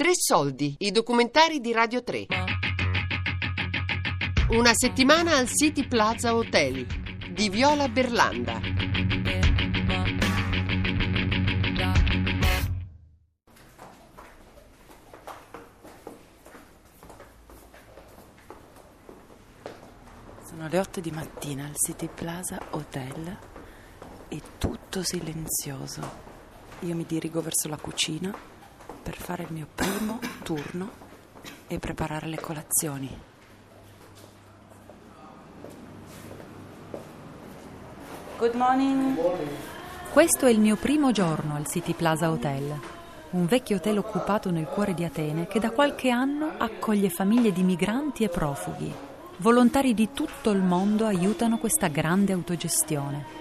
Tre soldi, i documentari di Radio 3. Una settimana al City Plaza Hotel di Viola Berlanda. Sono le 8 di mattina al City Plaza Hotel e tutto silenzioso. Io mi dirigo verso la cucina per fare il mio primo turno e preparare le colazioni. Good morning. Questo è il mio primo giorno al City Plaza Hotel, un vecchio hotel occupato nel cuore di Atene che da qualche anno accoglie famiglie di migranti e profughi. Volontari di tutto il mondo aiutano questa grande autogestione.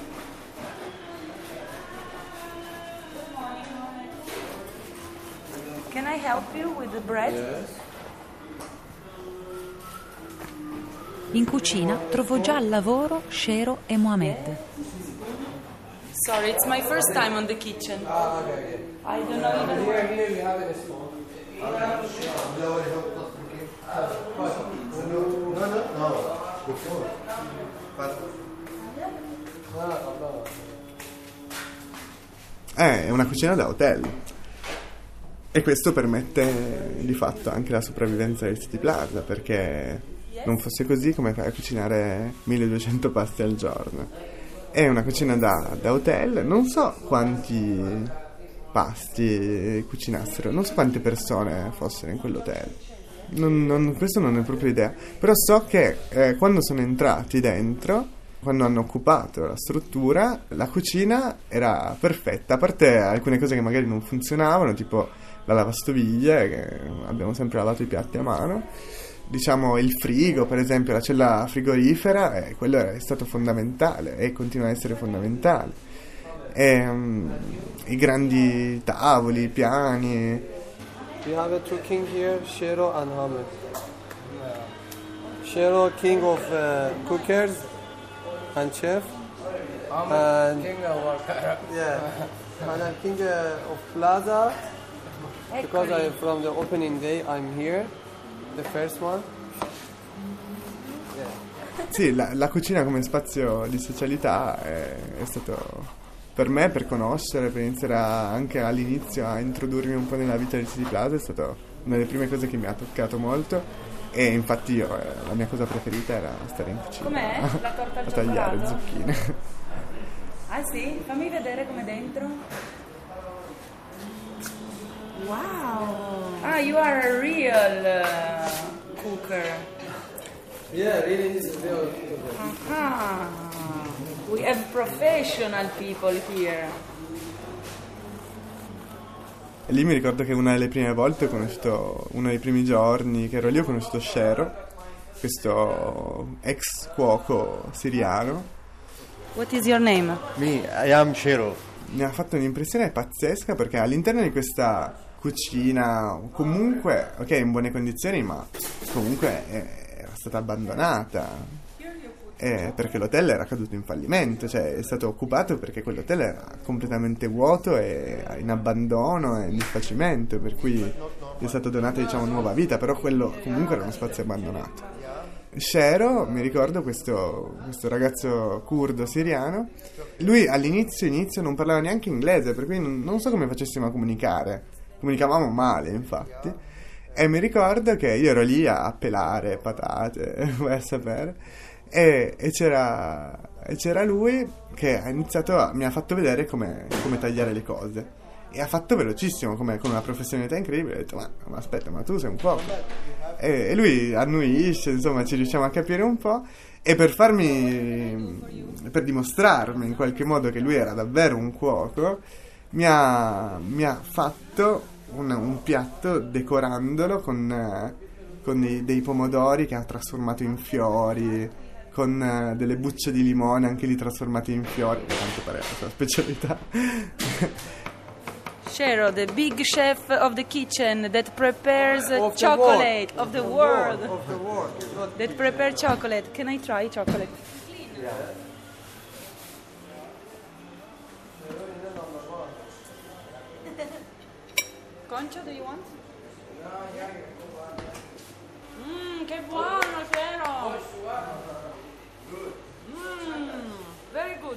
Can I help you with the bread? Yes. In cucina trovo già al lavoro Shero e Mohamed. Sorry, it's my first time on the kitchen. Okay. I don't know even where. Here we have a spoon. No. Before. È una cucina da hotel e questo permette di fatto anche la sopravvivenza del City Plaza, perché non fosse così come fai a cucinare 1200 pasti al giorno. È una cucina da hotel, non so quanti pasti cucinassero, non so quante persone fossero in quell'hotel, questo non ho proprio idea, però so che quando sono entrati dentro, quando hanno occupato la struttura, la cucina era perfetta, a parte alcune cose che magari non funzionavano, tipo la lavastoviglie, che abbiamo sempre lavato i piatti a mano, diciamo il frigo, per esempio la cella frigorifera, quello è stato fondamentale e continua a essere fondamentale, i grandi tavoli, i piani. We have two king here, Shero and Hamid. Shero, king of cookers and chef. And king of worker. Yeah. And I'm king of plaza. Because I'm from the opening day, I'm here, the first one. Yeah. Sì, la cucina come spazio di socialità è stato per me, per conoscere, per iniziare anche all'inizio a introdurmi un po' nella vita del City Plaza, è stata una delle prime cose che mi ha toccato molto, e infatti io la mia cosa preferita era stare in cucina. Com'è? La torta al a tagliare cioccolato? zucchine. Ah sì? Fammi vedere com'è dentro. Wow! Ah, you are a real cooker. Yeah, really is real. Ah, we have professional people here. E lì mi ricordo che una delle prime volte ho conosciuto, uno dei primi giorni che ero lì, ho conosciuto Shero, questo ex cuoco siriano. What is your name? Me, I am Shero. Mi ha fatto un'impressione pazzesca, perché all'interno di questa cucina, comunque, ok, in buone condizioni, ma comunque era stata abbandonata, perché l'hotel era caduto in fallimento, cioè è stato occupato perché quell'hotel era completamente vuoto e in abbandono e in disfacimento, per cui gli è stata donata, diciamo, nuova vita, però quello comunque era uno spazio abbandonato. Shero, mi ricordo questo ragazzo curdo siriano, lui all'inizio non parlava neanche inglese, per cui non so come facessimo a comunicavamo male, infatti, e mi ricordo che io ero lì a pelare patate, vai a sapere, e c'era lui che mi ha fatto vedere come tagliare le cose, e ha fatto velocissimo, con una professionalità incredibile. Ho detto, ma aspetta, ma tu sei un cuoco? E lui annuisce, insomma, ci riusciamo a capire un po', e per dimostrarmi in qualche modo che lui era davvero un cuoco, mi ha fatto un piatto decorandolo con dei pomodori che ha trasformato in fiori, con delle bucce di limone anche lì trasformate in fiori, a quanto pare la sua specialità. Shero, the big chef of the kitchen that prepares Of the chocolate world. of the world. Of the world. Not That prepare chocolate. Can I try chocolate? Concha, do you want? Che buono, Piero! Very good.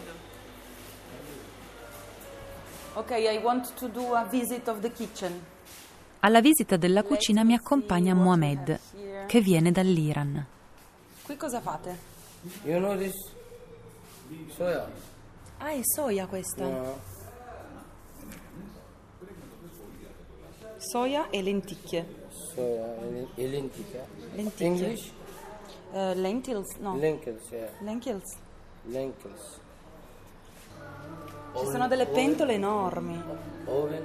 Ok, I want to do a visit of the kitchen. Alla visita della cucina mi accompagna Mohamed, che viene dall'Iran. Qui cosa fate? You know this? Soya. Ah, è soia questa. Soia e lenticchie. Soya e lenticchie. Lenticchie. English? Lentils, no. Lentils, yeah. Lentils. Lentils. Ci sono delle pentole enormi. Oven.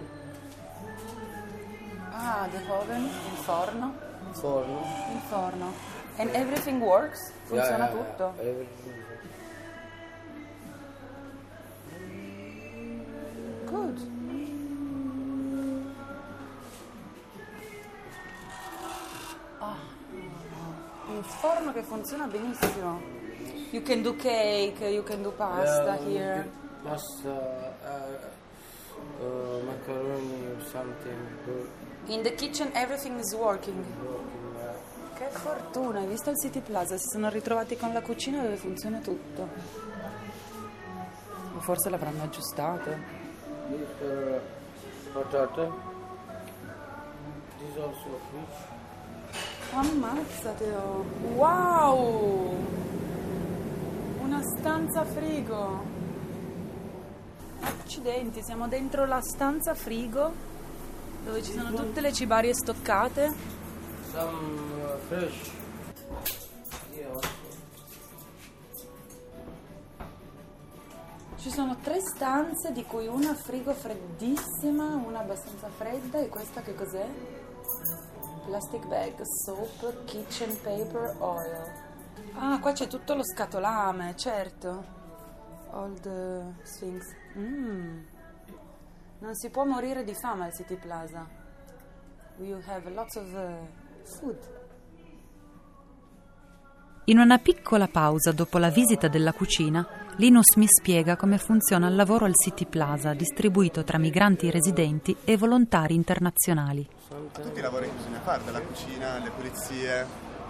Ah, the oven, il forno. Forno. Il forno. And everything works? Funziona Yeah, tutto? everything. Good. Ah, un forno che funziona benissimo. You can do cake, you can do pasta here. Pasta, macaroni or something. In the kitchen everything is working. Yeah. Che fortuna, hai visto il City Plaza? Si sono ritrovati con la cucina dove funziona tutto. O forse l'avranno aggiustato. This potato. This also fish. Ammazzate, oh. Wow! Una stanza frigo. Accidenti, siamo dentro la stanza frigo dove ci sono tutte le cibarie stoccate. Some fresh. Yeah, also. Ci sono 3 stanze, di cui una frigo freddissima, una abbastanza fredda, e questa che cos'è? Plastic bag, soap, kitchen paper, oil. Ah, qua c'è tutto lo scatolame, certo. All the things. Non si può morire di fame al City Plaza. You have lots of food. In una piccola pausa dopo la visita della cucina, Linus mi spiega come funziona il lavoro al City Plaza, distribuito tra migranti residenti e volontari internazionali. Tutti i lavori che bisogna fare, dalla cucina, alle pulizie,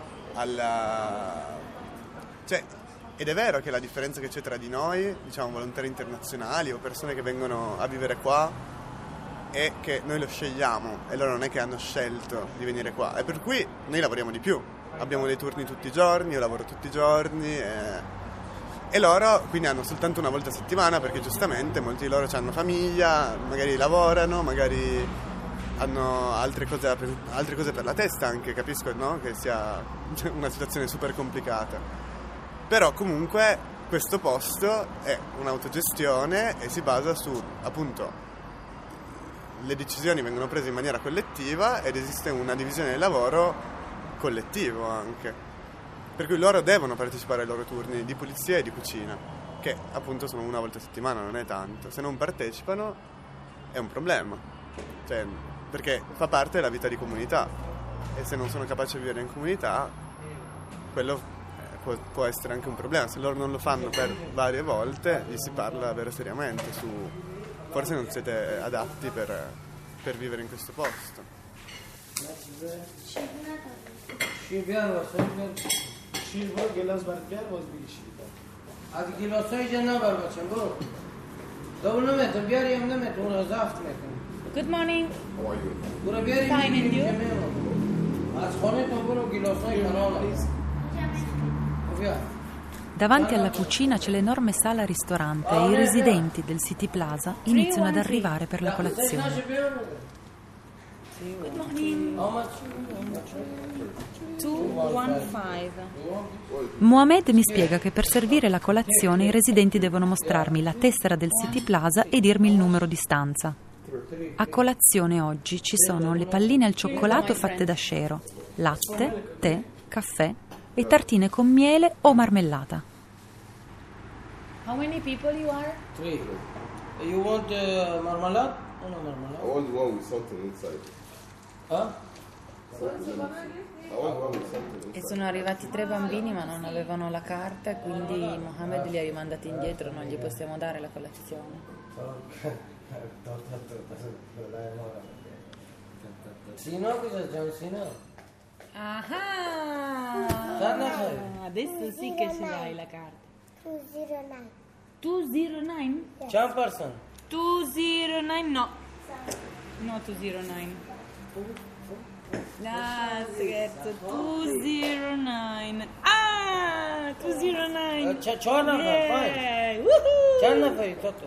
Cioè, ed è vero che la differenza che c'è tra di noi, diciamo volontari internazionali o persone che vengono a vivere qua, è che noi lo scegliamo e loro non è che hanno scelto di venire qua, e per cui noi lavoriamo di più, abbiamo dei turni tutti i giorni, io lavoro tutti i giorni e loro quindi hanno soltanto una volta a settimana, perché giustamente molti di loro hanno famiglia, magari lavorano, magari hanno altre cose per la testa anche, capisco, no? Che sia una situazione super complicata. Però comunque questo posto è un'autogestione e si basa su, appunto, le decisioni vengono prese in maniera collettiva ed esiste una divisione del lavoro collettivo anche. Per cui loro devono partecipare ai loro turni di pulizia e di cucina, che appunto sono una volta a settimana, non è tanto. Se non partecipano è un problema, cioè, perché fa parte della vita di comunità e se non sono capaci di vivere in comunità, quello può essere anche un problema. Se loro non lo fanno per varie volte, gli si parla davvero seriamente su forse non siete adatti per vivere in questo posto. Hadi kilosayca ne var bacım bu? Davulunu metin, bir yarıyım ne metin, ona zaft metin. Good morning. Bura bir yarıyım Fine, and you? Az khone to bura kilosayca ne var? Ovvia. Davanti alla cucina c'è l'enorme sala ristorante e i residenti del City Plaza iniziano ad arrivare per la colazione. Good morning. How much? 215. Mohamed mi spiega che per servire la colazione i residenti devono mostrarmi la tessera del City Plaza e dirmi il numero di stanza. A colazione oggi ci sono le palline al cioccolato fatte da scero, latte, tè, caffè e tartine con miele o marmellata. How many people you are? 3. You want marmalade? Or no marmalade? I want one with something inside. Huh? I want one with something E inside. sono arrivati 3 bambini ma non avevano la carta, quindi Mohamed li ha rimandati indietro, non gli possiamo dare la colazione. Sino cosa John Sino? Adesso sì che ce l'hai la carta. 209? 100%. 209 no. No 209. No, scherzo. 209. 209. C'ho una fai. Woohoo! C'è una fai tutto.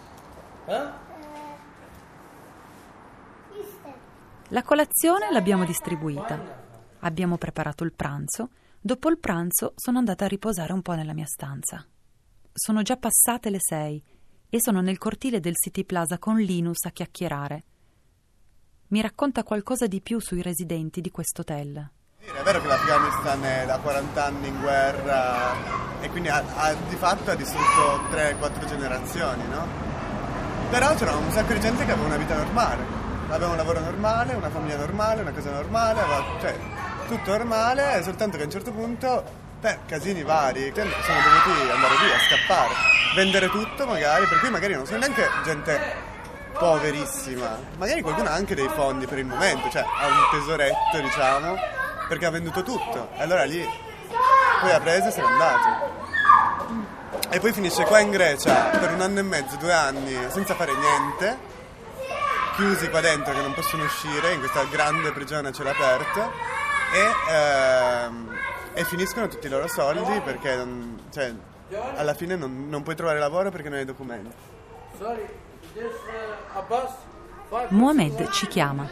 La colazione l'abbiamo distribuita. Abbiamo preparato il pranzo. Dopo il pranzo sono andata a riposare un po' nella mia stanza. Sono già passate le 6 e sono nel cortile del City Plaza con Linus a chiacchierare. Mi racconta qualcosa di più sui residenti di quest'hotel. È vero che l'Afghanistan è da 40 anni in guerra e quindi di fatto ha distrutto 3-4 generazioni, no? Però c'era un sacco di gente che aveva una vita normale. Aveva un lavoro normale, una famiglia normale, una casa normale, cioè tutto normale, soltanto che a un certo punto, per casini vari, sono dovuti andare via, scappare, vendere tutto magari, per cui magari non sono neanche gente poverissima, magari qualcuno ha anche dei fondi per il momento, cioè ha un tesoretto, diciamo, perché ha venduto tutto, e allora lì poi ha preso e se n'è andato. E poi finisce qua in Grecia per 1 anno e mezzo, 2 anni, senza fare niente, chiusi qua dentro che non possono uscire in questa grande prigione a cielo aperto e finiscono tutti i loro soldi perché cioè, alla fine non puoi trovare lavoro perché non hai documenti. Mohamed ci chiama.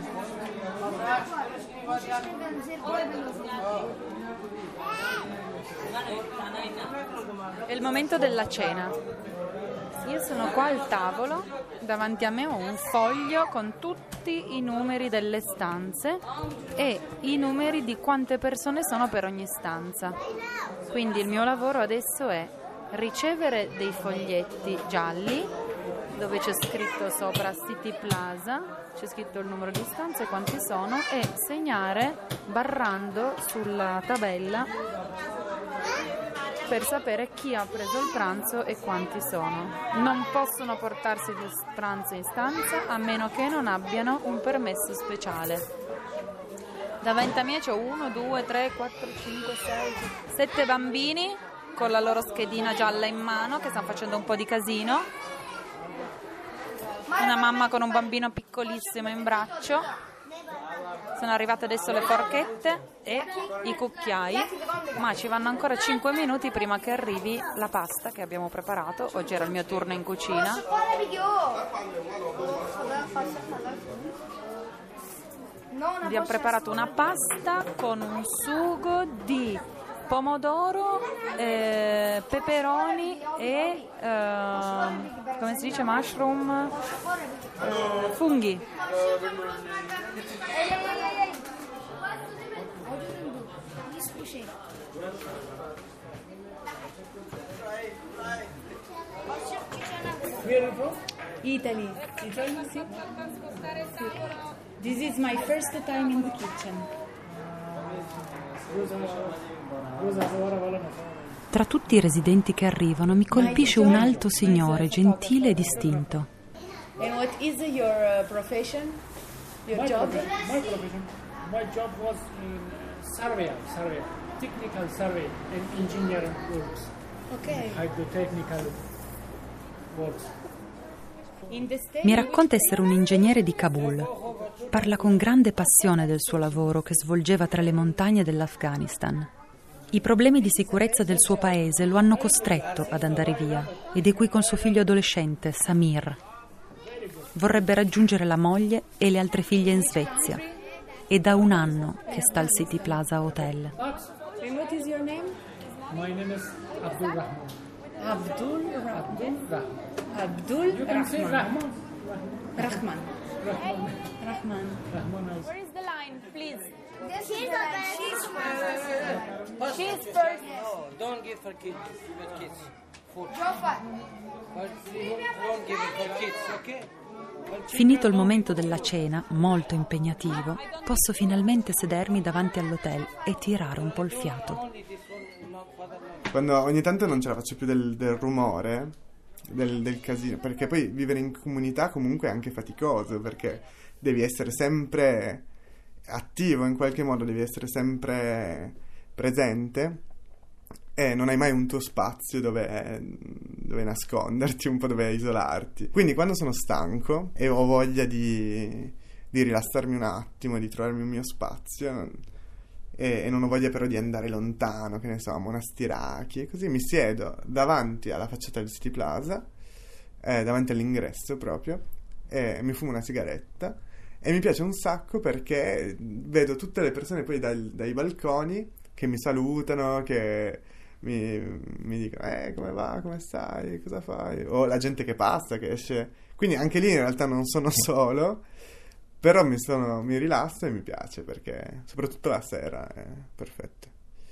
È il momento della cena. Io sono qua al tavolo, davanti a me ho un foglio con tutti i numeri delle stanze e i numeri di quante persone sono per ogni stanza. Quindi il mio lavoro adesso è ricevere dei foglietti gialli dove c'è scritto sopra City Plaza, c'è scritto il numero di stanze, quanti sono, e segnare barrando sulla tabella per sapere chi ha preso il pranzo e quanti sono. Non possono portarsi il pranzo in stanza a meno che non abbiano un permesso speciale. Davanti a me c'ho 1, 2, 3, 4, 5, 6, 7 bambini con la loro schedina gialla in mano che stanno facendo un po' di casino. Una mamma con un bambino piccolissimo in braccio. Sono arrivate adesso le forchette e i cucchiai, ma ci vanno ancora 5 minuti prima che arrivi la pasta che abbiamo preparato. Oggi era il mio turno in cucina. Abbiamo preparato una pasta con un sugo di pomodoro, peperoni e come si dice, mushroom, funghi. Italy. Italy, sì. This is my first time in the kitchen. Tra tutti i residenti che arrivano mi colpisce un alto signore, gentile e distinto. And what is your profession? Your job? My profession. My job was survey, technical survey and engineering works. Okay. Hydrotechnical works. Mi racconta essere un ingegnere di Kabul. Parla con grande passione del suo lavoro che svolgeva tra le montagne dell'Afghanistan. I problemi di sicurezza del suo paese lo hanno costretto ad andare via ed è qui con suo figlio adolescente, Samir. Vorrebbe raggiungere la moglie e le altre figlie in Svezia. È da 1 anno che sta al City Plaza Hotel. And what is your name? My name is Abdul Rahman. Abdul Rahman. Abdul You can say Rahman. Rahman. Rahman. Rahman. Rahman. Where is the line, please? She's first. No, don't give for kids. With kids. Food. But don't give it for kids, okay? Finito il momento della cena, molto impegnativo, posso finalmente sedermi davanti all'hotel e tirare un po' il fiato. Quando ogni tanto non ce la faccio più del rumore, del casino, perché poi vivere in comunità comunque è anche faticoso, perché devi essere sempre attivo in qualche modo, devi essere sempre presente e non hai mai un tuo spazio dove nasconderti, un po' dove isolarti. Quindi quando sono stanco e ho voglia di rilassarmi un attimo, di trovarmi un mio spazio e non ho voglia però di andare lontano, che ne so, a Monastiracchi e così, mi siedo davanti alla facciata del City Plaza, davanti all'ingresso proprio, e mi fumo una sigaretta e mi piace un sacco perché vedo tutte le persone poi dai balconi che mi salutano, che mi dicono come va, come stai, cosa fai, o la gente che passa, che esce, quindi anche lì in realtà non sono solo, però mi rilasso e mi piace perché soprattutto la sera è perfetto.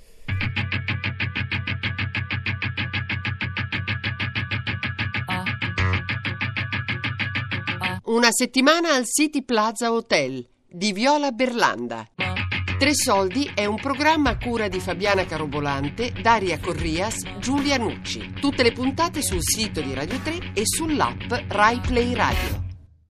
Una settimana al City Plaza Hotel di Viola Berlanda. 3 soldi è un programma a cura di Fabiana Carobolante, Daria Corrias, Giulia Nucci. Tutte le puntate sul sito di Radio 3 e sull'app Rai Play Radio.